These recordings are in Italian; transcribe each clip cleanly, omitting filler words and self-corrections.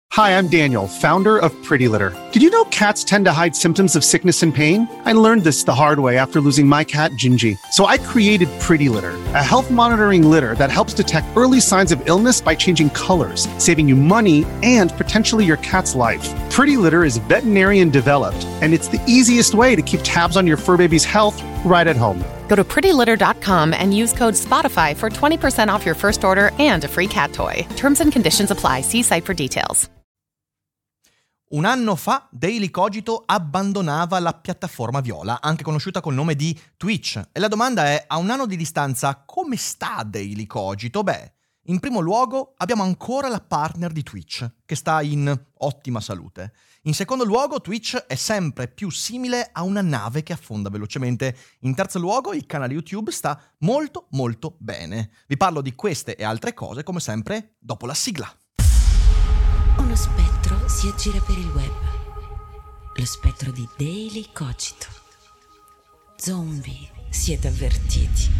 Hi, I'm Daniel, founder of Pretty Litter. Did you know cats tend to hide symptoms of sickness and pain? I learned this the hard way after losing my cat, Gingy. So I created Pretty Litter, a health monitoring litter that helps detect early signs of illness by changing colors, saving you money and potentially your cat's life. Pretty Litter is veterinarian developed, and it's the easiest way to keep tabs on your fur baby's health right at home. Go to prettylitter.com and use code SPOTIFY for 20% off your first order and a free cat toy. Terms and conditions apply. See site for details. Un anno fa Daily Cogito abbandonava la piattaforma viola, anche conosciuta col nome di Twitch. E la domanda è, a un anno di distanza, come sta Daily Cogito? Beh, in primo luogo abbiamo ancora la partner di Twitch, che sta in ottima salute. In secondo luogo, Twitch è sempre più simile a una nave che affonda velocemente. In terzo luogo, il canale YouTube sta molto molto bene. Vi parlo di queste e altre cose, come sempre, dopo la sigla. Uno spettro si aggira per il web. Lo spettro di Daily Cogito. Zombie, siete avvertiti.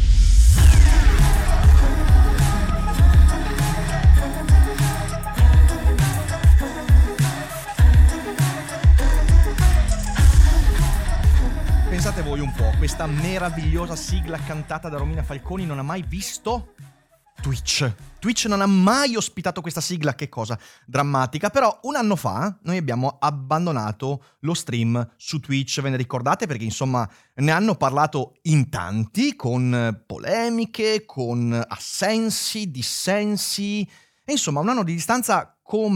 Pensate voi un po', questa meravigliosa sigla cantata da Romina Falconi non ha mai visto Twitch. Twitch non ha mai ospitato questa sigla, che cosa drammatica. Però un anno fa noi abbiamo abbandonato lo stream su Twitch, ve ne ricordate? Perché insomma ne hanno parlato in tanti, con polemiche, con assensi, dissensi. E insomma un anno di distanza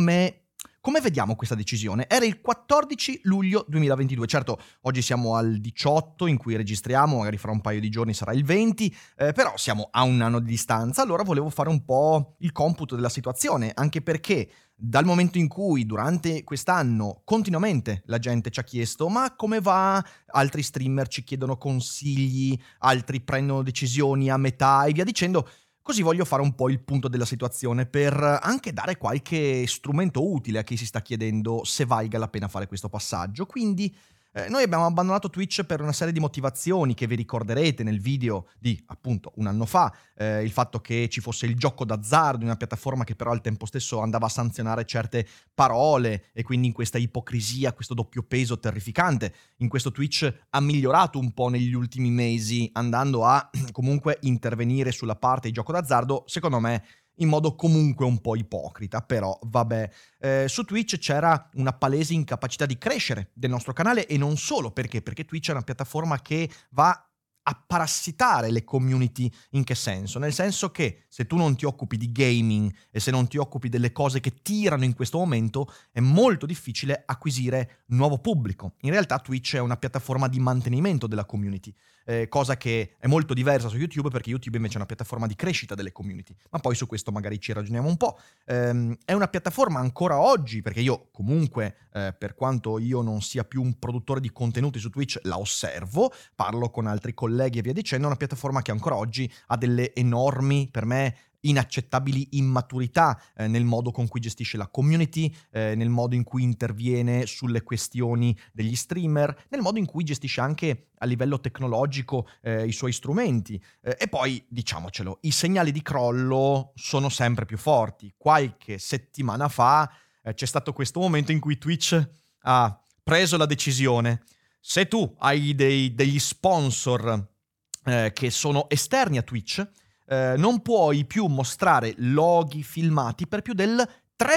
come vediamo questa decisione? Era il 14 luglio 2022, certo oggi siamo al 18 in cui registriamo, magari fra un paio di giorni sarà il 20, però siamo a un anno di distanza, allora volevo fare un po' il computo della situazione, anche perché dal momento in cui durante quest'anno continuamente la gente ci ha chiesto ma come va, altri streamer ci chiedono consigli, altri prendono decisioni a metà e via dicendo. Così voglio fare un po' il punto della situazione per anche dare qualche strumento utile a chi si sta chiedendo se valga la pena fare questo passaggio. Quindi noi abbiamo abbandonato Twitch per una serie di motivazioni che vi ricorderete nel video di appunto un anno fa, il fatto che ci fosse il gioco d'azzardo in una piattaforma che però al tempo stesso andava a sanzionare certe parole e quindi in questa ipocrisia, questo doppio peso terrificante. In questo Twitch ha migliorato un po' negli ultimi mesi andando a comunque intervenire sulla parte di gioco d'azzardo, secondo me in modo comunque un po' ipocrita, però vabbè. Su Twitch c'era una palese incapacità di crescere del nostro canale e non solo, perché Twitch è una piattaforma che va a parassitare le community. In che senso? Nel senso che se tu non ti occupi di gaming e se non ti occupi delle cose che tirano in questo momento, è molto difficile acquisire nuovo pubblico. In realtà Twitch è una piattaforma di mantenimento della community, cosa che è molto diversa su YouTube, perché YouTube invece è una piattaforma di crescita delle community. Ma poi su questo magari ci ragioniamo un po'. È una piattaforma ancora oggi, perché io comunque, per quanto io non sia più un produttore di contenuti su Twitch, la osservo, parlo con altri colleghi e via dicendo, è una piattaforma che ancora oggi ha delle enormi, per me, inaccettabili immaturità nel modo con cui gestisce la community, nel modo in cui interviene sulle questioni degli streamer, nel modo in cui gestisce anche a livello tecnologico i suoi strumenti. E poi, diciamocelo, i segnali di crollo sono sempre più forti. Qualche settimana fa c'è stato questo momento in cui Twitch ha preso la decisione: se tu hai degli sponsor che sono esterni a Twitch, non puoi più mostrare loghi filmati per più del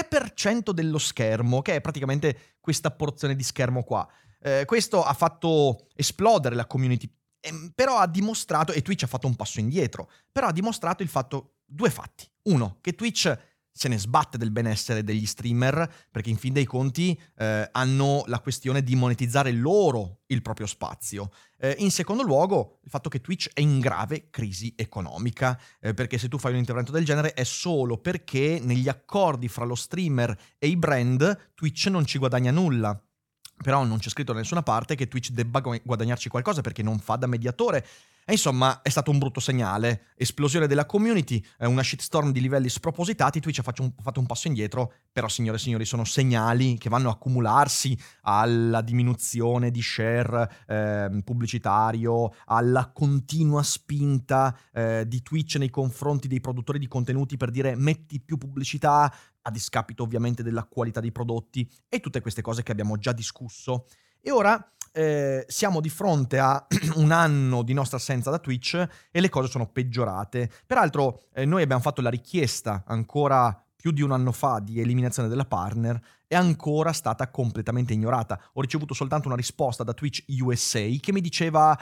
3% dello schermo, che è praticamente questa porzione di schermo qua. Questo ha fatto esplodere la community, però ha dimostrato, e Twitch ha fatto un passo indietro, però ha dimostrato due fatti. Uno, che Twitch se ne sbatte del benessere degli streamer, perché in fin dei conti hanno la questione di monetizzare loro il proprio spazio. In secondo luogo, il fatto che Twitch è in grave crisi economica, perché se tu fai un intervento del genere è solo perché negli accordi fra lo streamer e i brand Twitch non ci guadagna nulla. Però non c'è scritto da nessuna parte che Twitch debba guadagnarci qualcosa, perché non fa da mediatore. E insomma è stato un brutto segnale, esplosione della community, una shitstorm di livelli spropositati. Twitch ha fatto un passo indietro, però signore e signori sono segnali che vanno a accumularsi alla diminuzione di share pubblicitario, alla continua spinta di Twitch nei confronti dei produttori di contenuti per dire metti più pubblicità, a discapito ovviamente della qualità dei prodotti e tutte queste cose che abbiamo già discusso. E ora siamo di fronte a un anno di nostra assenza da Twitch e le cose sono peggiorate. Peraltro noi abbiamo fatto la richiesta ancora più di un anno fa di eliminazione della partner, è ancora stata completamente ignorata. Ho ricevuto soltanto una risposta da Twitch USA che mi diceva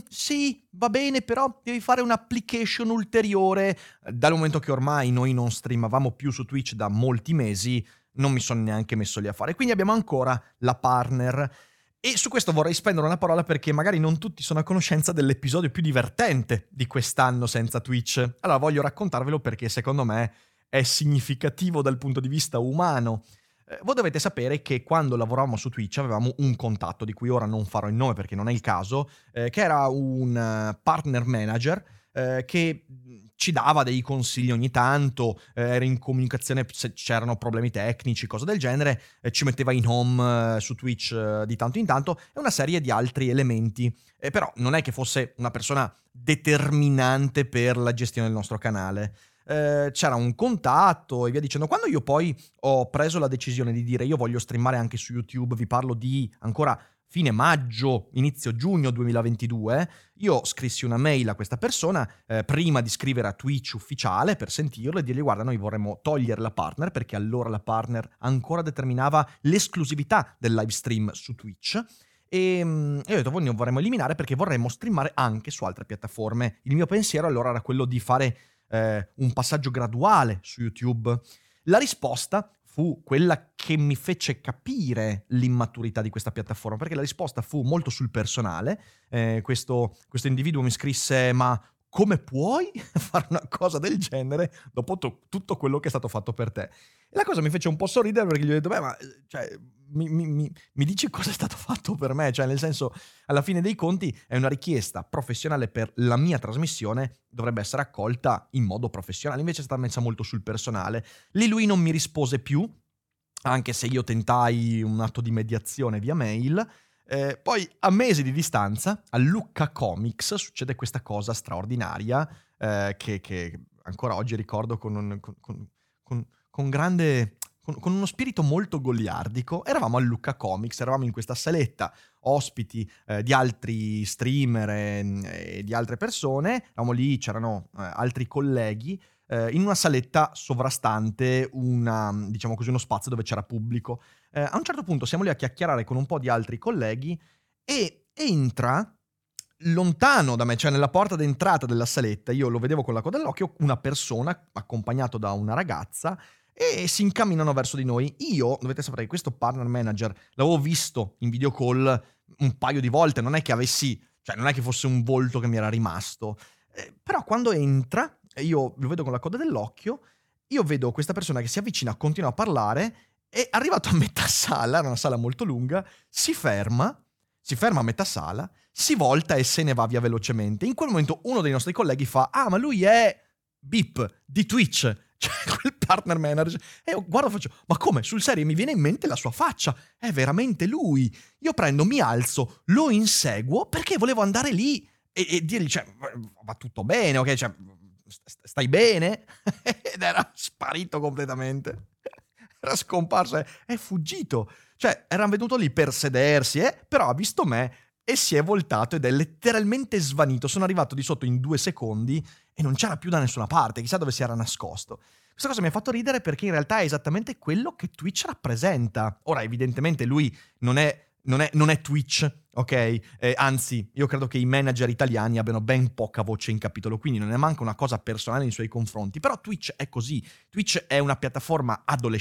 sì, va bene, però devi fare un'application ulteriore. Dal momento che ormai noi non streamavamo più su Twitch da molti mesi, non mi sono neanche messo lì a fare. Quindi abbiamo ancora la partner. E su questo vorrei spendere una parola perché magari non tutti sono a conoscenza dell'episodio più divertente di quest'anno senza Twitch. Allora voglio raccontarvelo perché secondo me è significativo dal punto di vista umano. Voi dovete sapere che quando lavoravamo su Twitch avevamo un contatto, di cui ora non farò il nome perché non è il caso, che era un partner manager che ci dava dei consigli ogni tanto, era in comunicazione se c'erano problemi tecnici, cose del genere, ci metteva in home su Twitch di tanto in tanto e una serie di altri elementi. Però non è che fosse una persona determinante per la gestione del nostro canale. C'era un contatto e via dicendo. Quando io poi ho preso la decisione di dire io voglio streamare anche su YouTube, vi parlo di ancora fine maggio, inizio giugno 2022, io scrissi una mail a questa persona prima di scrivere a Twitch ufficiale per sentirlo e dirgli guarda, noi vorremmo togliere la partner perché allora la partner ancora determinava l'esclusività del live stream su Twitch. E ho detto voi ne vorremmo eliminare perché vorremmo streamare anche su altre piattaforme. Il mio pensiero allora era quello di fare un passaggio graduale su YouTube. La risposta fu quella che mi fece capire l'immaturità di questa piattaforma, perché la risposta fu molto sul personale. Questo individuo mi scrisse ma come puoi fare una cosa del genere dopo tutto quello che è stato fatto per te? E la cosa mi fece un po' sorridere perché gli ho detto beh ma cioè, mi dici cosa è stato fatto per me? Cioè nel senso, alla fine dei conti è una richiesta professionale per la mia trasmissione, dovrebbe essere accolta in modo professionale, invece è stata messa molto sul personale. Lì lui non mi rispose più, anche se io tentai un atto di mediazione via mail. Poi a mesi di distanza a Lucca Comics succede questa cosa straordinaria che ancora oggi ricordo con grande... Con uno spirito molto goliardico. Eravamo a Lucca Comics, eravamo in questa saletta ospiti di altri streamer e di altre persone, eravamo lì, c'erano altri colleghi, in una saletta sovrastante diciamo così, uno spazio dove c'era pubblico. A un certo punto siamo lì a chiacchierare con un po' di altri colleghi e entra lontano da me, cioè nella porta d'entrata della saletta, io lo vedevo con la coda dell'occhio, una persona accompagnato da una ragazza e si incamminano verso di noi. Io, dovete sapere che questo partner manager l'avevo visto in video call un paio di volte, non è che non è che fosse un volto che mi era rimasto, però quando entra, io lo vedo con la coda dell'occhio, io vedo questa persona che si avvicina, continua a parlare e arrivato a metà sala, era una sala molto lunga, si ferma a metà sala, si volta e se ne va via velocemente. In quel momento uno dei nostri colleghi fa ah ma lui è Beep di Twitch, cioè quel partner manager, e io guardo, faccio ma come, sul serio? Mi viene in mente la sua faccia, è veramente lui. Io prendo, mi alzo, lo inseguo perché volevo andare lì e dirgli cioè va tutto bene, ok, cioè stai bene? Ed era sparito completamente, era scomparso, è fuggito, cioè era venuto lì per sedersi però ha visto me e si è voltato ed è letteralmente svanito. Sono arrivato di sotto in 2 secondi e non c'era più da nessuna parte, chissà dove si era nascosto. Questa cosa mi ha fatto ridere perché in realtà è esattamente quello che Twitch rappresenta. Ora, evidentemente lui non è Twitch, ok? Anzi, io credo che i manager italiani abbiano ben poca voce in capitolo, quindi non è manca una cosa personale nei suoi confronti. Però Twitch è così. Twitch è una piattaforma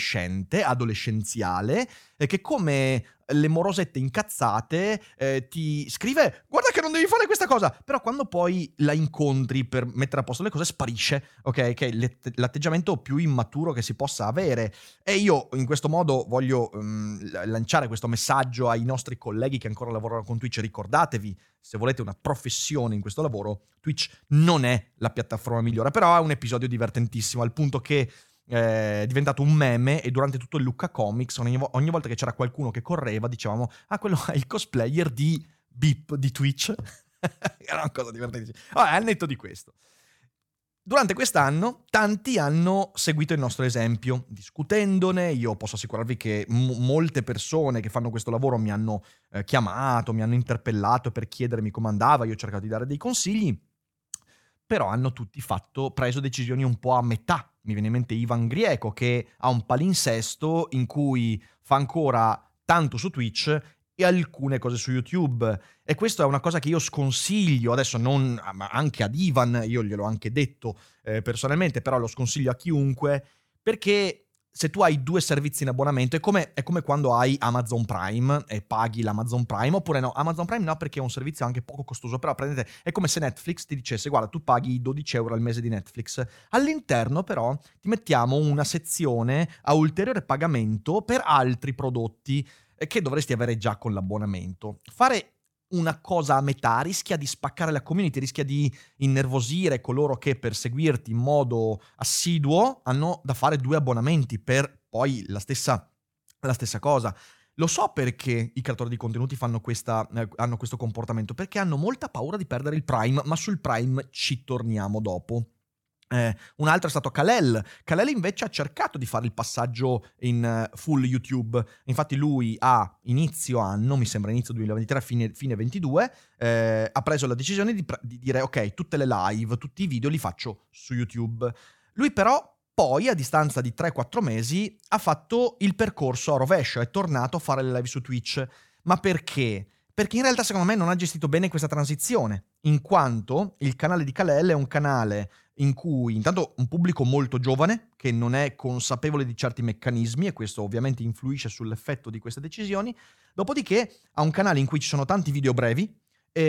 adolescenziale, che come le morosette incazzate ti scrive guarda che non devi fare questa cosa, però quando poi la incontri per mettere a posto le cose sparisce, ok? Che è l'atteggiamento più immaturo che si possa avere. E io in questo modo voglio lanciare questo messaggio ai nostri colleghi che ancora lavorano con Twitch: ricordatevi, se volete una professione in questo lavoro, Twitch non è la piattaforma migliore, però è un episodio divertentissimo al punto che è diventato un meme e durante tutto il Lucca Comics ogni volta che c'era qualcuno che correva dicevamo ah quello è il cosplayer di Beep di Twitch. Era una cosa divertentissima. Vabbè, al netto di questo, Durante quest'anno tanti hanno seguito il nostro esempio, discutendone. Io posso assicurarvi che molte persone che fanno questo lavoro mi hanno chiamato, mi hanno interpellato per chiedermi come andava, io ho cercato di dare dei consigli, però hanno tutti preso decisioni un po' a metà. Mi viene in mente Ivan Grieco, che ha un palinsesto in cui fa ancora tanto su Twitch e alcune cose su YouTube. E questo è una cosa che io sconsiglio, adesso non anche ad Ivan, io gliel'ho anche detto personalmente, però lo sconsiglio a chiunque, perché se tu hai 2 servizi in abbonamento è come quando hai Amazon Prime e paghi l'Amazon Prime, oppure no, Amazon Prime no, perché è un servizio anche poco costoso, però prendete, è come se Netflix ti dicesse guarda, tu paghi 12 euro al mese di Netflix, all'interno però ti mettiamo una sezione a ulteriore pagamento per altri prodotti che dovresti avere già con l'abbonamento. Fare una cosa a metà rischia di spaccare la community, rischia di innervosire coloro che per seguirti in modo assiduo hanno da fare 2 abbonamenti per poi la stessa cosa. Lo so perché i creatori di contenuti hanno questo comportamento, perché hanno molta paura di perdere il Prime, ma sul Prime ci torniamo dopo. Un altro è stato Kalel. Kalel invece ha cercato di fare il passaggio in full YouTube. Infatti lui a inizio anno, mi sembra inizio 2023, fine 22, ha preso la decisione di dire ok, tutte le live, tutti i video li faccio su YouTube. Lui però poi a distanza di 3-4 mesi ha fatto il percorso a rovescio, è tornato a fare le live su Twitch. Ma perché? Perché in realtà secondo me non ha gestito bene questa transizione, in quanto il canale di Kalel è un canale in cui intanto un pubblico molto giovane che non è consapevole di certi meccanismi, e questo ovviamente influisce sull'effetto di queste decisioni. Dopodiché ha un canale in cui ci sono tanti video brevi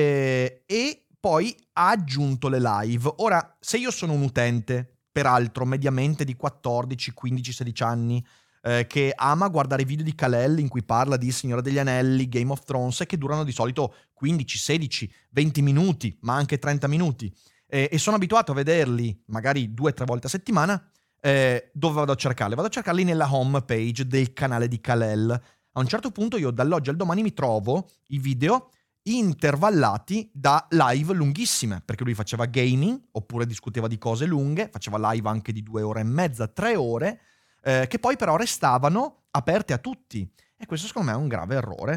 e poi ha aggiunto le live. Ora, se io sono un utente, peraltro mediamente di 14, 15, 16 anni, che ama guardare video di Kalel in cui parla di Signore degli Anelli, Game of Thrones, che durano di solito 15, 16, 20 minuti, ma anche 30 minuti, e sono abituato a vederli magari 2-3 volte a settimana, dove vado a cercarli? Vado a cercarli nella home page del canale di Kalel. A un certo punto io dall'oggi al domani mi trovo i video intervallati da live lunghissime, perché lui faceva gaming, oppure discuteva di cose lunghe, faceva live anche di 2 ore e mezza, 3 ore, che poi però restavano aperte a tutti. E questo secondo me è un grave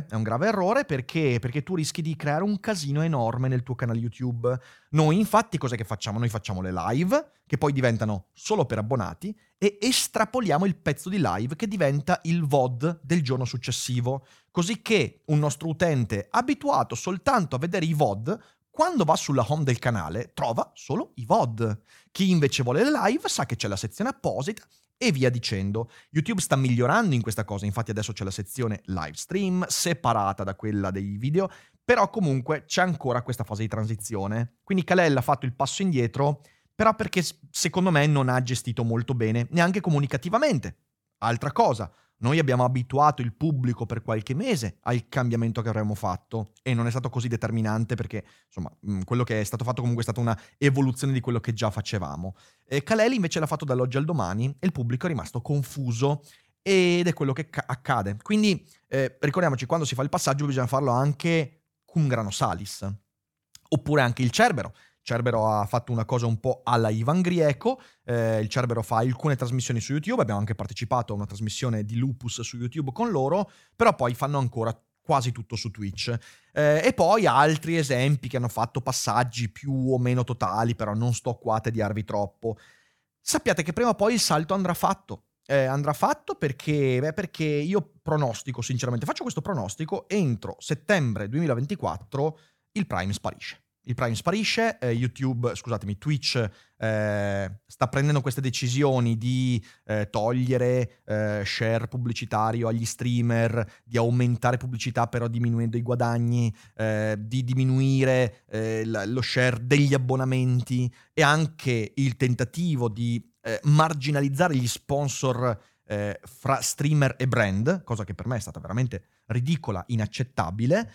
errore perché tu rischi di creare un casino enorme nel tuo canale YouTube. Noi infatti cos'è che facciamo? Noi facciamo le live, che poi diventano solo per abbonati, e estrapoliamo il pezzo di live che diventa il VOD del giorno successivo, così che un nostro utente abituato soltanto a vedere i VOD, quando va sulla home del canale trova solo i VOD. Chi invece vuole le live sa che c'è la sezione apposita e via dicendo. YouTube sta migliorando in questa cosa, infatti adesso c'è la sezione live stream separata da quella dei video, però comunque c'è ancora questa fase di transizione. Quindi Kalel ha fatto il passo indietro, però perché secondo me non ha gestito molto bene, neanche comunicativamente. Altra cosa, noi abbiamo abituato il pubblico per qualche mese al cambiamento che avremmo fatto e non è stato così determinante perché, insomma, quello che è stato fatto comunque è stata una evoluzione di quello che già facevamo. Kalel invece l'ha fatto dall'oggi al domani e il pubblico è rimasto confuso ed è quello che accade. Quindi ricordiamoci, quando si fa il passaggio bisogna farlo anche cum grano salis, oppure anche il Cerbero. Cerbero ha fatto una cosa un po' alla Ivan Grieco, il Cerbero fa alcune trasmissioni su YouTube, abbiamo anche partecipato a una trasmissione di Lupus su YouTube con loro, però poi fanno ancora quasi tutto su Twitch. E poi altri esempi che hanno fatto passaggi più o meno totali, però non sto qua a tediarvi Sappiate che prima o poi il salto andrà fatto. Andrà fatto perché io pronostico, sinceramente, faccio questo pronostico, entro settembre 2024 il Prime sparisce. Il Prime sparisce, Twitch sta prendendo queste decisioni di togliere share pubblicitario agli streamer, di aumentare pubblicità però diminuendo i guadagni, di diminuire lo share degli abbonamenti e anche il tentativo di marginalizzare gli sponsor fra streamer e brand, cosa che per me è stata veramente ridicola, inaccettabile,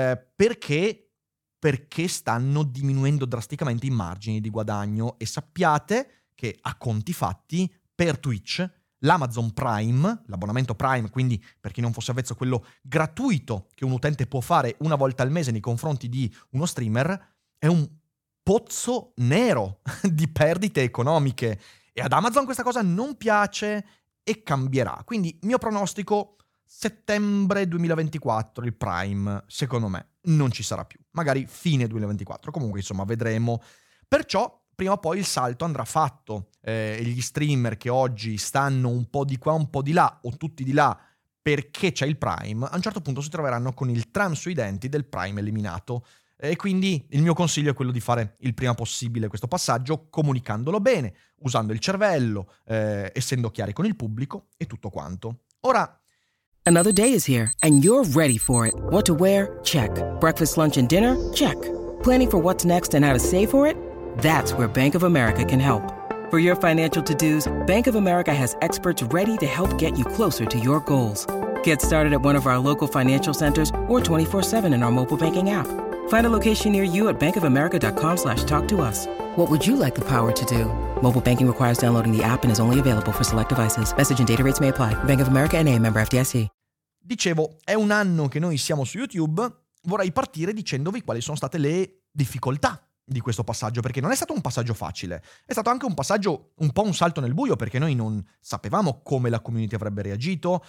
perché stanno diminuendo drasticamente i margini di guadagno. E sappiate che a conti fatti per Twitch l'Amazon Prime, l'abbonamento Prime, quindi per chi non fosse avvezzo quello gratuito che un utente può fare una volta al mese nei confronti di uno streamer, è un pozzo nero di perdite economiche e ad Amazon questa cosa non piace e cambierà. Quindi mio pronostico: settembre 2024 il Prime, secondo me, non ci sarà più. Magari fine 2024, comunque insomma vedremo. Perciò prima o poi il salto andrà fatto. Gli streamer che oggi stanno un po' di qua, un po' di là, o tutti di là perché c'è il Prime, a un certo punto si troveranno con il tram sui denti del Prime eliminato. E quindi il mio consiglio è quello di fare il prima possibile questo passaggio, comunicandolo bene, usando il cervello, essendo chiari con il pubblico e tutto quanto. Ora, Another day is here, and you're ready for it. What to wear? Check. Breakfast, lunch, and dinner? Check. Planning for what's next and how to save for it? That's where Bank of America can help. For your financial to-dos, Bank of America has experts ready to help get you closer to your goals. Get started at one of our local financial centers or 24/7 in our mobile banking app. Find a location near you at bankofamerica.com/talktous. What would you like the power to do? Mobile banking requires downloading the app and is only available for select devices. Message and data rates may apply. Bank of America N.A., member FDIC. dicevo, è un anno che noi siamo su YouTube. Vorrei partire dicendovi quali sono state le difficoltà di questo passaggio, perché non è stato un passaggio facile, è stato anche un passaggio un po' un salto nel buio, perché noi non sapevamo come la community avrebbe reagito.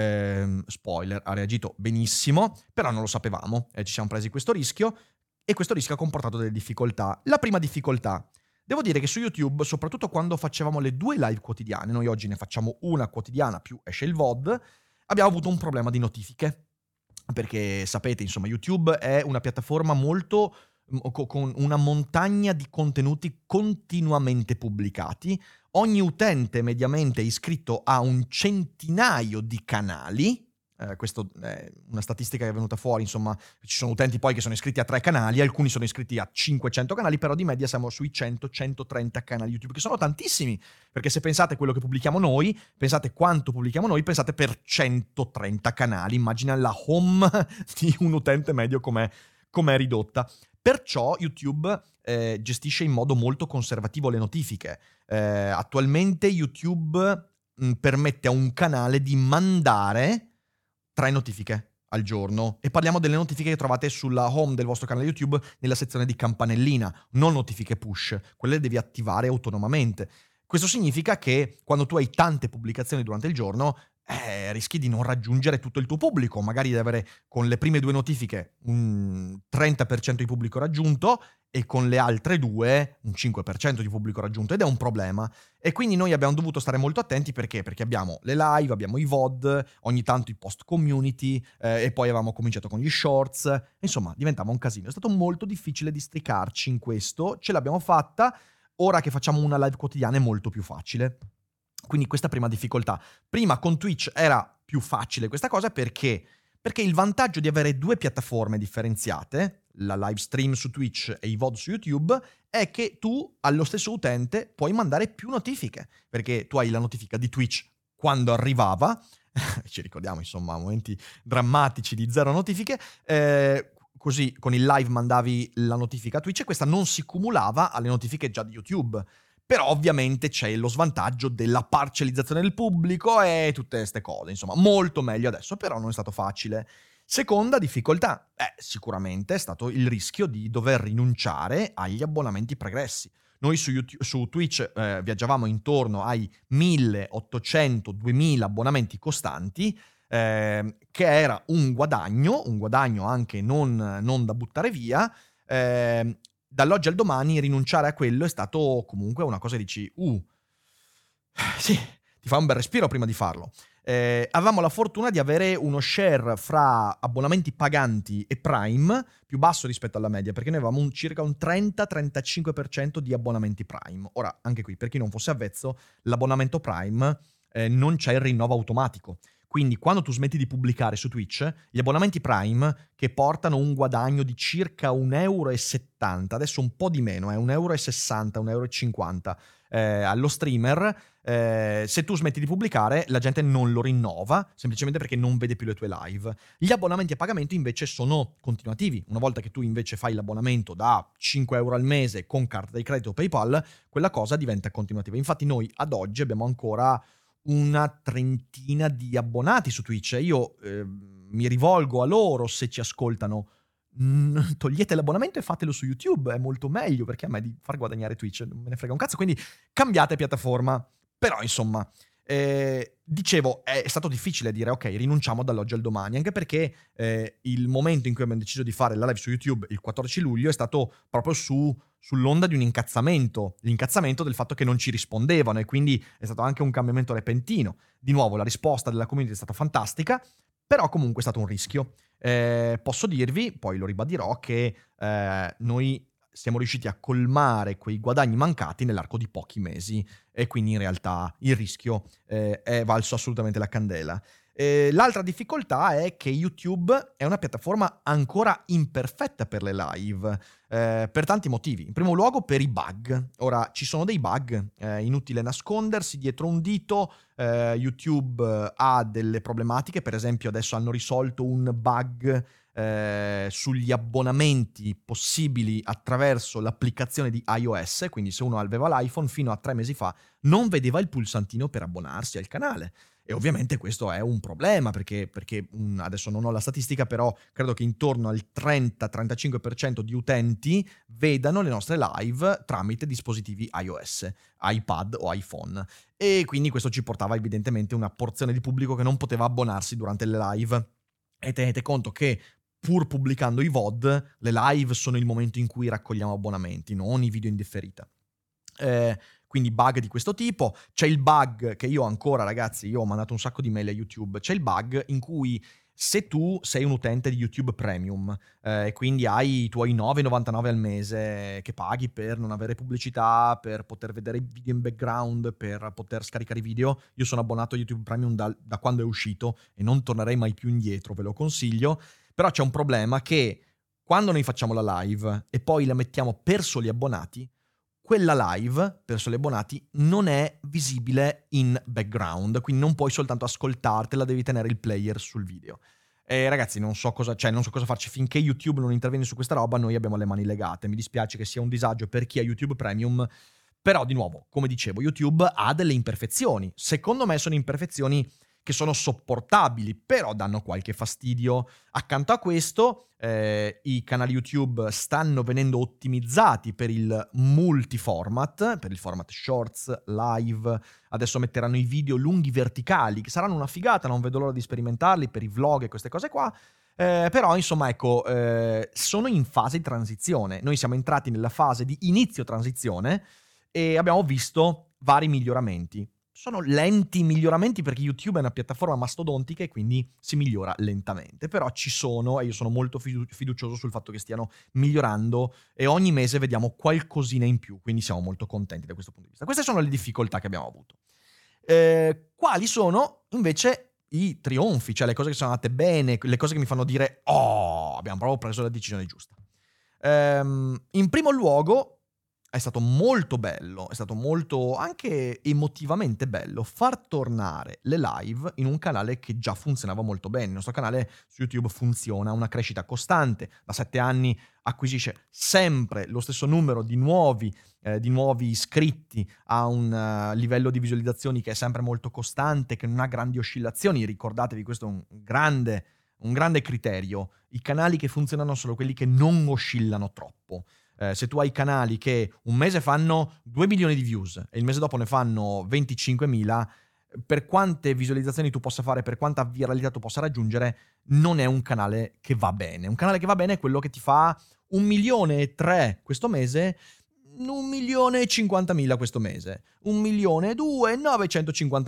Spoiler, ha reagito benissimo, però non lo sapevamo, ci siamo presi questo rischio e questo rischio ha comportato delle difficoltà. La prima difficoltà: devo dire che su YouTube, soprattutto quando facevamo le 2 live quotidiane, noi oggi ne facciamo una quotidiana più esce il VOD, abbiamo avuto un problema di notifiche, perché sapete, insomma, YouTube è una piattaforma molto con una montagna di contenuti continuamente pubblicati. Ogni utente mediamente è iscritto a un centinaio di canali. Questo è una statistica che è venuta fuori, insomma, ci sono utenti poi che sono iscritti a 3 canali, alcuni sono iscritti a 500 canali, però di media siamo sui 100-130 canali YouTube, che sono tantissimi, perché se pensate quello che pubblichiamo noi, pensate quanto pubblichiamo noi, pensate per 130 canali, immagina la home di un utente medio com'è ridotta. Perciò YouTube gestisce in modo molto conservativo le notifiche. Attualmente YouTube permette a un canale di mandare 3 notifiche al giorno, e parliamo delle notifiche che trovate sulla home del vostro canale YouTube nella sezione di campanellina, non notifiche push, quelle le devi attivare autonomamente. Questo significa che quando tu hai tante pubblicazioni durante il giorno rischi di non raggiungere tutto il tuo pubblico, magari di avere con le prime 2 notifiche un 30% di pubblico raggiunto e con le altre 2 un 5% di pubblico raggiunto, ed è un problema. E quindi noi abbiamo dovuto stare molto attenti, perché abbiamo le live, abbiamo i VOD, ogni tanto i post community, e poi avevamo cominciato con gli shorts, insomma diventava un casino. È stato molto difficile districarci in questo, ce l'abbiamo fatta. Ora che facciamo una live quotidiana è molto più facile. Quindi questa prima difficoltà. Prima con Twitch era più facile questa cosa, perché il vantaggio di avere 2 piattaforme differenziate, la live stream su Twitch e i VOD su YouTube, è che tu allo stesso utente puoi mandare più notifiche, perché tu hai la notifica di Twitch quando arrivava, ci ricordiamo insomma momenti drammatici di 0 notifiche, così con il live mandavi la notifica a Twitch e questa non si cumulava alle notifiche già di YouTube. Però ovviamente c'è lo svantaggio della parcellizzazione del pubblico e tutte queste cose, insomma, molto meglio adesso, però non è stato facile. Seconda difficoltà, sicuramente è stato il rischio di dover rinunciare agli abbonamenti pregressi. Noi su Twitch viaggiavamo intorno ai 1800-2000 abbonamenti costanti, che era un guadagno anche non da buttare via. Dall'oggi al domani rinunciare a quello è stato comunque una cosa che dici, sì, ti fa un bel respiro prima di farlo. Avevamo la fortuna di avere uno share fra abbonamenti paganti e Prime più basso rispetto alla media, perché noi avevamo circa un 30-35% di abbonamenti Prime. Ora, anche qui, per chi non fosse avvezzo, l'abbonamento Prime non c'è il rinnovo automatico. Quindi quando tu smetti di pubblicare su Twitch, gli abbonamenti Prime, che portano un guadagno di circa 1,70 €, adesso un po' di meno, 1,60 €, 1,50 € allo streamer, se tu smetti di pubblicare la gente non lo rinnova, semplicemente perché non vede più le tue live. Gli abbonamenti a pagamento invece sono continuativi. Una volta che tu invece fai l'abbonamento da 5 € al mese con carta di credito o PayPal, quella cosa diventa continuativa. Infatti noi ad oggi abbiamo ancora una trentina di abbonati su Twitch. Io mi rivolgo a loro, se ci ascoltano, togliete l'abbonamento e fatelo su YouTube, è molto meglio, perché a me di far guadagnare Twitch non me ne frega un cazzo, quindi cambiate piattaforma. Però insomma, dicevo, è stato difficile dire ok, rinunciamo dall'oggi al domani, anche perché il momento in cui abbiamo deciso di fare la live su YouTube il 14 luglio è stato proprio sull'onda di un incazzamento, l'incazzamento del fatto che non ci rispondevano, e quindi è stato anche un cambiamento repentino. Di nuovo, la risposta della community è stata fantastica, però comunque è stato un rischio. Posso dirvi, poi lo ribadirò, che noi siamo riusciti a colmare quei guadagni mancati nell'arco di pochi mesi, e quindi in realtà il rischio è valso assolutamente la candela. L'altra difficoltà è che YouTube è una piattaforma ancora imperfetta per le live, per tanti motivi. In primo luogo per i bug. Ora, ci sono dei bug, inutile nascondersi dietro un dito. YouTube ha delle problematiche, per esempio adesso hanno risolto un bug sugli abbonamenti possibili attraverso l'applicazione di iOS, quindi se uno aveva l'iPhone fino a 3 mesi fa non vedeva il pulsantino per abbonarsi al canale. E ovviamente questo è un problema, perché adesso non ho la statistica, però credo che intorno al 30-35% di utenti vedano le nostre live tramite dispositivi iOS, iPad o iPhone. E quindi questo ci portava evidentemente una porzione di pubblico che non poteva abbonarsi durante le live. E tenete conto che pur pubblicando i VOD, le live sono il momento in cui raccogliamo abbonamenti, non i video in differita. Quindi bug di questo tipo. C'è il bug che io ancora, ragazzi, io ho mandato un sacco di mail a YouTube, c'è il bug in cui se tu sei un utente di YouTube Premium e quindi hai i tuoi 9,99 al mese che paghi per non avere pubblicità, per poter vedere i video in background, per poter scaricare i video, io sono abbonato a YouTube Premium da quando è uscito e non tornerei mai più indietro, ve lo consiglio. Però c'è un problema, che quando noi facciamo la live e poi la mettiamo per soli abbonati, quella live per soli abbonati non è visibile in background, quindi non puoi soltanto ascoltartela, devi tenere il player sul video. E ragazzi, non so cosa farci. Finché YouTube non interviene su questa roba, noi abbiamo le mani legate. Mi dispiace che sia un disagio per chi ha YouTube Premium, però di nuovo, come dicevo, YouTube ha delle imperfezioni. Secondo me sono imperfezioni che sono sopportabili, però danno qualche fastidio. Accanto a questo, i canali YouTube stanno venendo ottimizzati per il multiformat, per il format shorts, live. Adesso metteranno i video lunghi verticali, che saranno una figata, non vedo l'ora di sperimentarli per i vlog e queste cose qua. Però, insomma, ecco, sono in fase di transizione. Noi siamo entrati nella fase di inizio transizione e abbiamo visto vari miglioramenti. Sono lenti i miglioramenti perché YouTube è una piattaforma mastodontica e quindi si migliora lentamente, però ci sono, e io sono molto fiducioso sul fatto che stiano migliorando, e ogni mese vediamo qualcosina in più, quindi siamo molto contenti da questo punto di vista. Queste sono le difficoltà che abbiamo avuto. Quali sono invece i trionfi, cioè le cose che sono andate bene, le cose che mi fanno dire abbiamo proprio preso la decisione giusta? In primo luogo, è stato molto bello, è stato molto anche emotivamente bello far tornare le live in un canale che già funzionava molto bene. Il nostro canale su YouTube funziona, ha una crescita costante, da 7 anni acquisisce sempre lo stesso numero di nuovi iscritti, ha un livello di visualizzazioni che è sempre molto costante, che non ha grandi oscillazioni. Ricordatevi, questo è un grande criterio. I canali che funzionano sono quelli che non oscillano troppo. Se tu hai canali che un mese fanno 2 milioni di views e il mese dopo ne fanno 25.000, per quante visualizzazioni tu possa fare, per quanta viralità tu possa raggiungere, non è un canale che va bene. Un canale che va bene è quello che ti fa 1,3 milioni questo mese, 1.050.000 questo mese, 1.200.950.000,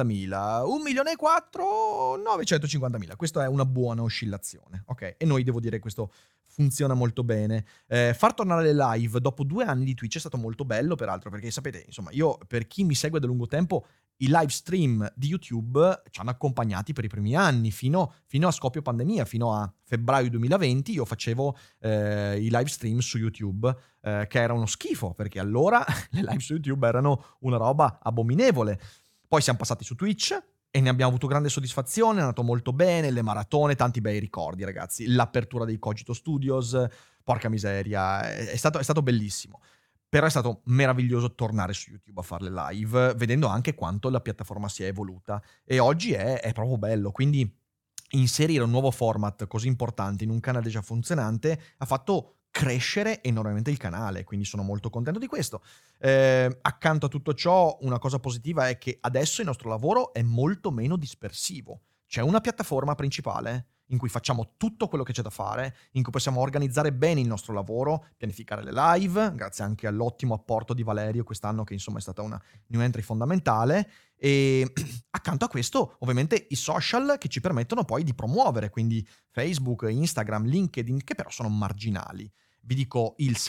1.400.950.000. Questa è una buona oscillazione, ok? E noi, devo dire, questo funziona molto bene. Far tornare le live dopo 2 anni di Twitch è stato molto bello, peraltro, perché sapete, insomma, io, per chi mi segue da lungo tempo, i live stream di YouTube ci hanno accompagnati per i primi anni, fino a scoppio pandemia, fino a febbraio 2020 io facevo i live stream su YouTube, che era uno schifo, perché allora le live su YouTube erano una roba abominevole. Poi siamo passati su Twitch e ne abbiamo avuto grande soddisfazione, è andato molto bene, le maratone, tanti bei ricordi, ragazzi. L'apertura dei Cogito Studios, porca miseria, è stato bellissimo. Però è stato meraviglioso tornare su YouTube a fare le live, vedendo anche quanto la piattaforma si è evoluta. E oggi è proprio bello, quindi inserire un nuovo format così importante in un canale già funzionante ha fatto crescere enormemente il canale, quindi sono molto contento di questo. Accanto a tutto ciò, una cosa positiva è che adesso il nostro lavoro è molto meno dispersivo. C'è una piattaforma principale in cui facciamo tutto quello che c'è da fare, in cui possiamo organizzare bene il nostro lavoro, pianificare le live, grazie anche all'ottimo apporto di Valerio quest'anno, che insomma è stata una new entry fondamentale, e accanto a questo ovviamente i social che ci permettono poi di promuovere, quindi Facebook, Instagram, LinkedIn, che però sono marginali. Vi dico, il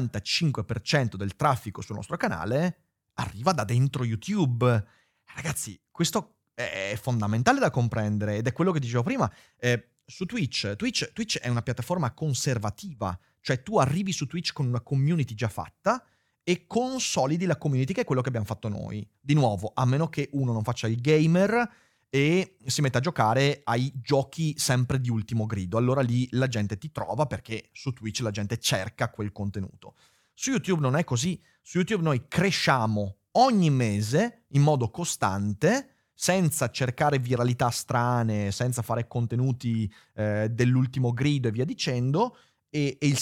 75% del traffico sul nostro canale arriva da dentro YouTube. Ragazzi, questo è fondamentale da comprendere ed è quello che dicevo prima. Su Twitch è una piattaforma conservativa, cioè tu arrivi su Twitch con una community già fatta e consolidi la community, che è quello che abbiamo fatto noi. Di nuovo, a meno che uno non faccia il gamer e si mette a giocare ai giochi sempre di ultimo grido, allora lì la gente ti trova, perché su Twitch la gente cerca quel contenuto. Su YouTube non è così. Su YouTube noi cresciamo ogni mese in modo costante, senza cercare viralità strane, senza fare contenuti dell'ultimo grido e via dicendo, e il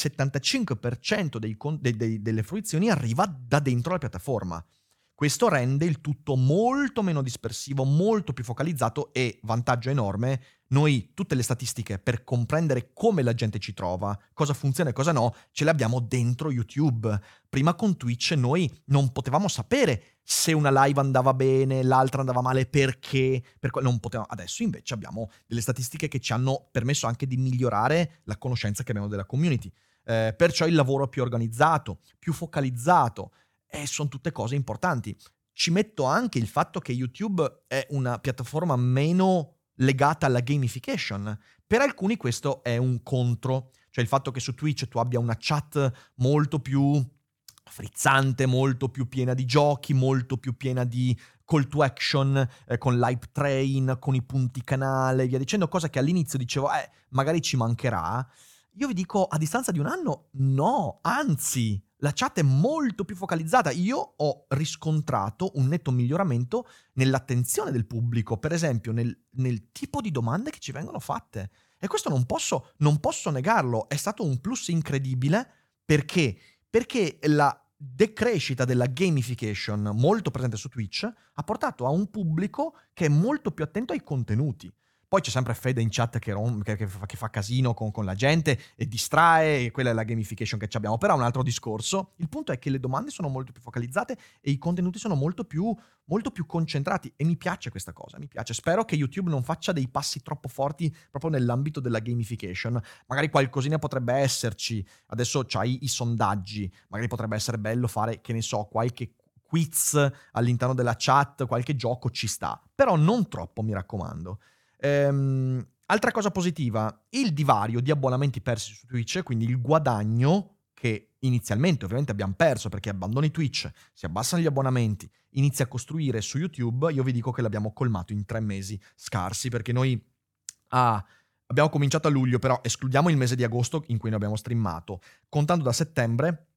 75% delle fruizioni arriva da dentro la piattaforma. Questo rende il tutto molto meno dispersivo, molto più focalizzato, e vantaggio enorme, noi tutte le statistiche per comprendere come la gente ci trova, cosa funziona e cosa no, ce le abbiamo dentro YouTube. Prima con Twitch noi non potevamo sapere se una live andava bene, l'altra andava male, perché non potevamo. Adesso invece abbiamo delle statistiche che ci hanno permesso anche di migliorare la conoscenza che abbiamo della community. Perciò il lavoro è più organizzato, più focalizzato, e sono tutte cose importanti. Ci metto anche il fatto che YouTube è una piattaforma meno legata alla gamification. Per alcuni questo è un contro, cioè il fatto che su Twitch tu abbia una chat molto più frizzante, molto più piena di giochi, molto più piena di call to action, con l'hype train, con i punti canale, via dicendo, cosa che all'inizio dicevo, magari ci mancherà. Io vi dico, a distanza di un anno, no, anzi, la chat è molto più focalizzata. Io ho riscontrato un netto miglioramento nell'attenzione del pubblico, per esempio nel tipo di domande che ci vengono fatte. E questo non posso negarlo, è stato un plus incredibile. Perché la decrescita della gamification molto presente su Twitch ha portato a un pubblico che è molto più attento ai contenuti. Poi c'è sempre Fede in chat che fa casino con la gente e distrae, e quella è la gamification che abbiamo, però è un altro discorso. Il punto è che le domande sono molto più focalizzate e i contenuti sono molto più concentrati, e mi piace questa cosa, mi piace. Spero che YouTube non faccia dei passi troppo forti proprio nell'ambito della gamification. Magari qualcosina potrebbe esserci, adesso c'hai i sondaggi, magari potrebbe essere bello fare, che ne so, qualche quiz all'interno della chat, qualche gioco ci sta, però non troppo, mi raccomando. Altra cosa positiva, il divario di abbonamenti persi su Twitch, quindi il guadagno che inizialmente ovviamente abbiamo perso perché abbandoni Twitch, si abbassano gli abbonamenti, inizi a costruire su YouTube. Io vi dico che l'abbiamo colmato in 3 mesi scarsi, perché noi abbiamo cominciato a luglio, però escludiamo il mese di agosto in cui ne abbiamo streamato. Contando da settembre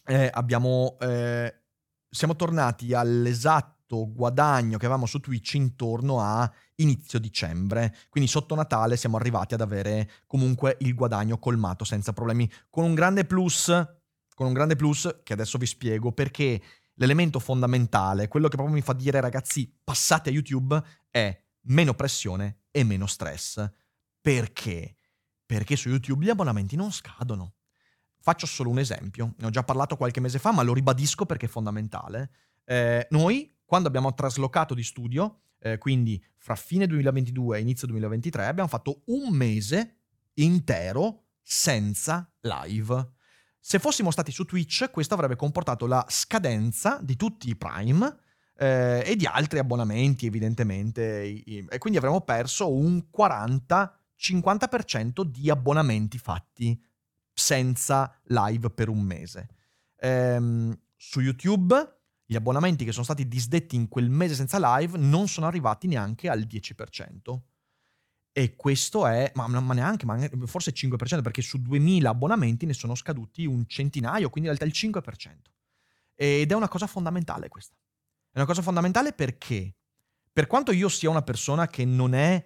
siamo tornati all'esatto guadagno che avevamo su Twitch intorno a inizio dicembre, quindi sotto Natale siamo arrivati ad avere comunque il guadagno colmato senza problemi, con un grande plus che adesso vi spiego, perché l'elemento fondamentale, quello che proprio mi fa dire ragazzi passate a YouTube, è meno pressione e meno stress. Perché? Perché su YouTube gli abbonamenti non scadono. Faccio solo un esempio, ne ho già parlato qualche mese fa, ma lo ribadisco perché è fondamentale. Noi, quando abbiamo traslocato di studio, quindi fra fine 2022 e inizio 2023, abbiamo fatto un mese intero senza live. Se fossimo stati su Twitch, questo avrebbe comportato la scadenza di tutti i Prime e di altri abbonamenti, evidentemente, e quindi avremmo perso un 40-50% di abbonamenti fatti senza live per un mese. Su YouTube gli abbonamenti che sono stati disdetti in quel mese senza live non sono arrivati neanche al 10%. E questo è, ma neanche, forse 5%, perché su 2000 abbonamenti ne sono scaduti un centinaio, quindi in realtà il 5%. Ed è una cosa fondamentale questa. È una cosa fondamentale perché, per quanto io sia una persona che non è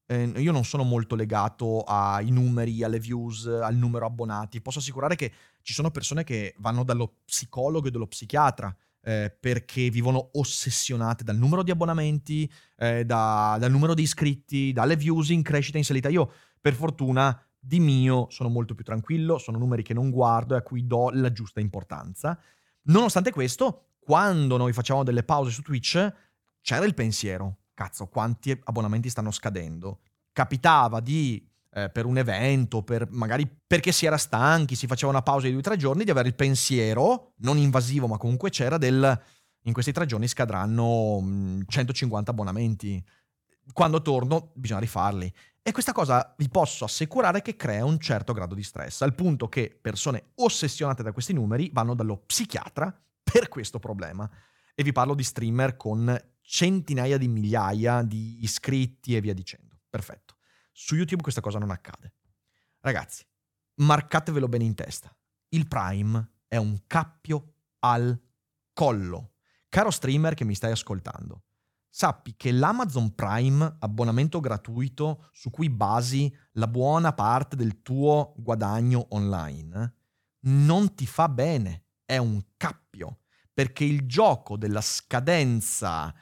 io non sono molto legato ai numeri, alle views, al numero abbonati. Posso assicurare che ci sono persone che vanno dallo psicologo e dallo psichiatra perché vivono ossessionate dal numero di abbonamenti, dal numero di iscritti, dalle views in crescita e in salita. Io, per fortuna, di mio sono molto più tranquillo, sono numeri che non guardo e a cui do la giusta importanza. Nonostante questo, quando noi facciamo delle pause su Twitch, c'era il pensiero: cazzo, quanti abbonamenti stanno scadendo? Capitava di, per un evento, magari perché si era stanchi, si faceva una pausa di 2 o 3 giorni, di avere il pensiero, non invasivo ma comunque c'era, in questi 3 giorni scadranno 150 abbonamenti. Quando torno bisogna rifarli. E questa cosa vi posso assicurare che crea un certo grado di stress, al punto che persone ossessionate da questi numeri vanno dallo psichiatra per questo problema. E vi parlo di streamer con centinaia di migliaia di iscritti e via dicendo. Perfetto. Su YouTube questa cosa non accade. Ragazzi, marcatevelo bene in testa. Il Prime è un cappio al collo. Caro streamer che mi stai ascoltando, sappi che l'Amazon Prime, abbonamento gratuito su cui basi la buona parte del tuo guadagno online, non ti fa bene. È un cappio. Perché il gioco della scadenza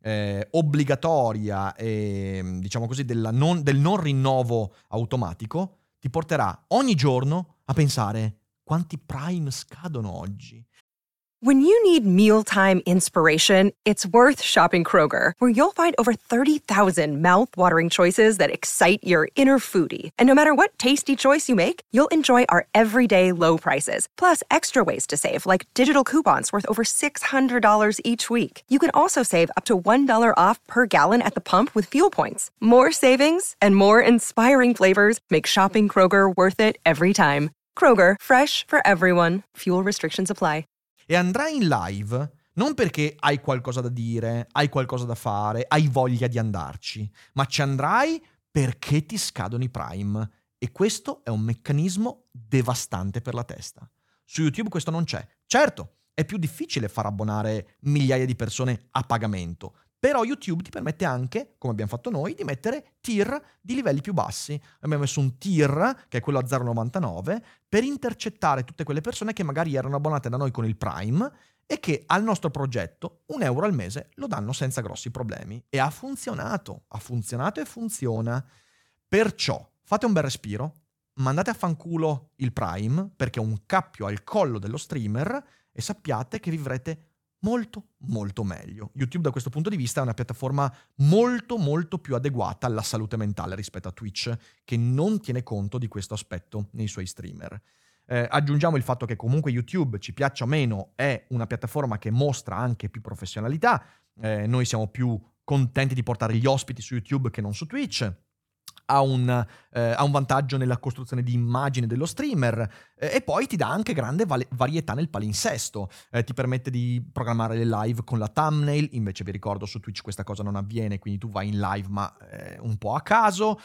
obbligatoria e, diciamo così, del non rinnovo automatico ti porterà ogni giorno a pensare: quanti Prime scadono oggi? When you need mealtime inspiration, it's worth shopping Kroger, where you'll find over 30,000 mouth-watering choices that excite your inner foodie. And no matter what tasty choice you make, you'll enjoy our everyday low prices, plus extra ways to save, like digital coupons worth over $600 each week. You can also save up to $1 off per gallon at the pump with fuel points. More savings and more inspiring flavors make shopping Kroger worth it every time. Kroger, fresh for everyone. Fuel restrictions apply. E andrai in live non perché hai qualcosa da dire, hai qualcosa da fare, hai voglia di andarci, ma ci andrai perché ti scadono i Prime. E questo è un meccanismo devastante per la testa. Su YouTube questo non c'è. Certo, è più difficile far abbonare migliaia di persone a pagamento, però YouTube ti permette anche, come abbiamo fatto noi, di mettere tier di livelli più bassi. Abbiamo messo un tier, che è quello a 0,99, per intercettare tutte quelle persone che magari erano abbonate da noi con il Prime e che al nostro progetto €1 al mese lo danno senza grossi problemi. E ha funzionato e funziona. Perciò fate un bel respiro, mandate a fanculo il Prime, perché è un cappio al collo dello streamer, e sappiate che vivrete molto molto meglio. YouTube da questo punto di vista è una piattaforma molto molto più adeguata alla salute mentale rispetto a Twitch, che non tiene conto di questo aspetto nei suoi streamer. Aggiungiamo il fatto che comunque YouTube, ci piaccia o meno, è una piattaforma che mostra anche più professionalità. Noi siamo più contenti di portare gli ospiti su YouTube che non su Twitch. Ha un vantaggio nella costruzione di immagine dello streamer e poi ti dà anche grande varietà nel palinsesto. Ti permette di programmare le live con la thumbnail, invece vi ricordo su Twitch questa cosa non avviene, quindi tu vai in live ma un po' a caso.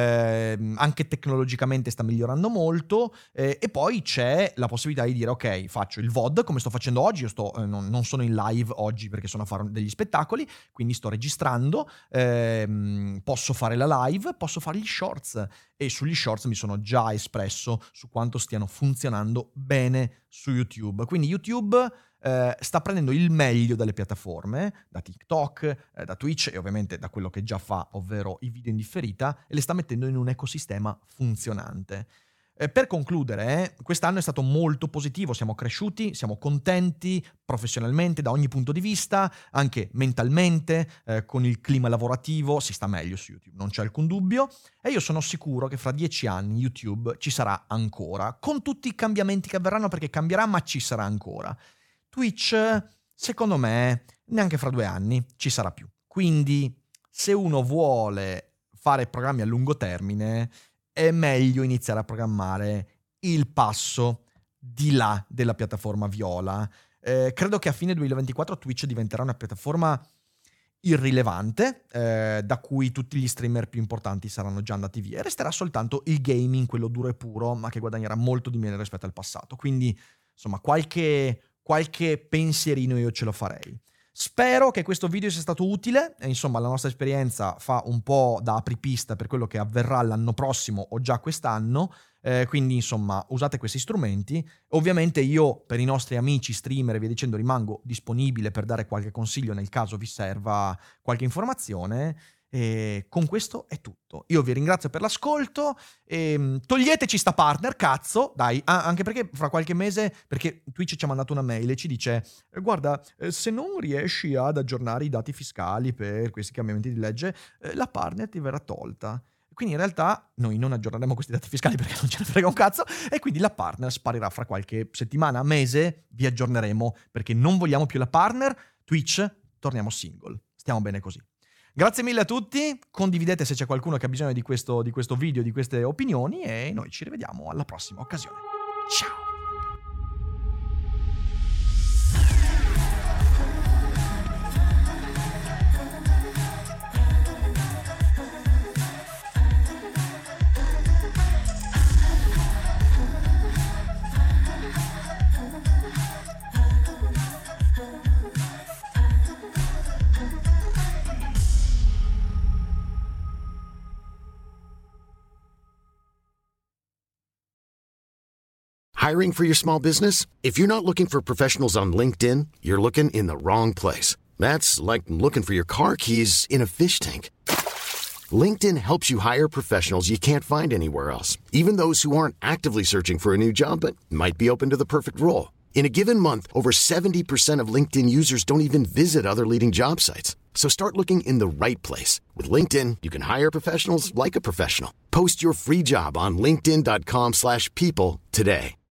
Anche tecnologicamente sta migliorando molto e poi c'è la possibilità di dire: ok, faccio il VOD come sto facendo oggi. Io non sono in live oggi perché sono a fare degli spettacoli, quindi sto registrando, posso fare la live, posso fare gli shorts, e sugli shorts mi sono già espresso su quanto stiano funzionando bene su YouTube. Quindi YouTube sta prendendo il meglio dalle piattaforme, da TikTok, da Twitch e ovviamente da quello che già fa, ovvero i video in differita, e le sta mettendo in un ecosistema funzionante. Per concludere, quest'anno è stato molto positivo, siamo cresciuti, siamo contenti professionalmente da ogni punto di vista, anche mentalmente, con il clima lavorativo si sta meglio su YouTube, non c'è alcun dubbio, e io sono sicuro che fra 10 anni YouTube ci sarà ancora, con tutti i cambiamenti che avverranno, perché cambierà ma ci sarà ancora. Twitch, secondo me, neanche fra 2 anni ci sarà più. Quindi, se uno vuole fare programmi a lungo termine, è meglio iniziare a programmare il passo di là della piattaforma viola. Credo che a fine 2024 Twitch diventerà una piattaforma irrilevante, da cui tutti gli streamer più importanti saranno già andati via. Resterà soltanto il gaming, quello duro e puro, ma che guadagnerà molto di meno rispetto al passato. Quindi, insomma, qualche pensierino io ce lo farei. Spero che questo video sia stato utile e insomma la nostra esperienza fa un po' da apripista per quello che avverrà l'anno prossimo o già quest'anno, quindi insomma usate questi strumenti. Ovviamente io per i nostri amici streamer e via dicendo rimango disponibile per dare qualche consiglio nel caso vi serva qualche informazione. E con questo è tutto. Io vi ringrazio per l'ascolto e toglieteci sta partner, cazzo, dai, anche perché fra qualche mese, perché Twitch ci ha mandato una mail e ci dice guarda, se non riesci ad aggiornare i dati fiscali per questi cambiamenti di legge, la partner ti verrà tolta. Quindi in realtà noi non aggiorneremo questi dati fiscali perché non ce ne frega un cazzo e quindi la partner sparirà fra qualche settimana, mese, vi aggiorneremo perché non vogliamo più la partner. Twitch, torniamo single, stiamo bene così. Grazie mille a tutti, condividete se c'è qualcuno che ha bisogno di questo video, di queste opinioni e noi ci rivediamo alla prossima occasione. Ciao! Hiring for your small business? If you're not looking for professionals on LinkedIn, you're looking in the wrong place. That's like looking for your car keys in a fish tank. LinkedIn helps you hire professionals you can't find anywhere else, even those who aren't actively searching for a new job but might be open to the perfect role. In a given month, over 70% of LinkedIn users don't even visit other leading job sites. So start looking in the right place. With LinkedIn, you can hire professionals like a professional. Post your free job on linkedin.com/people today.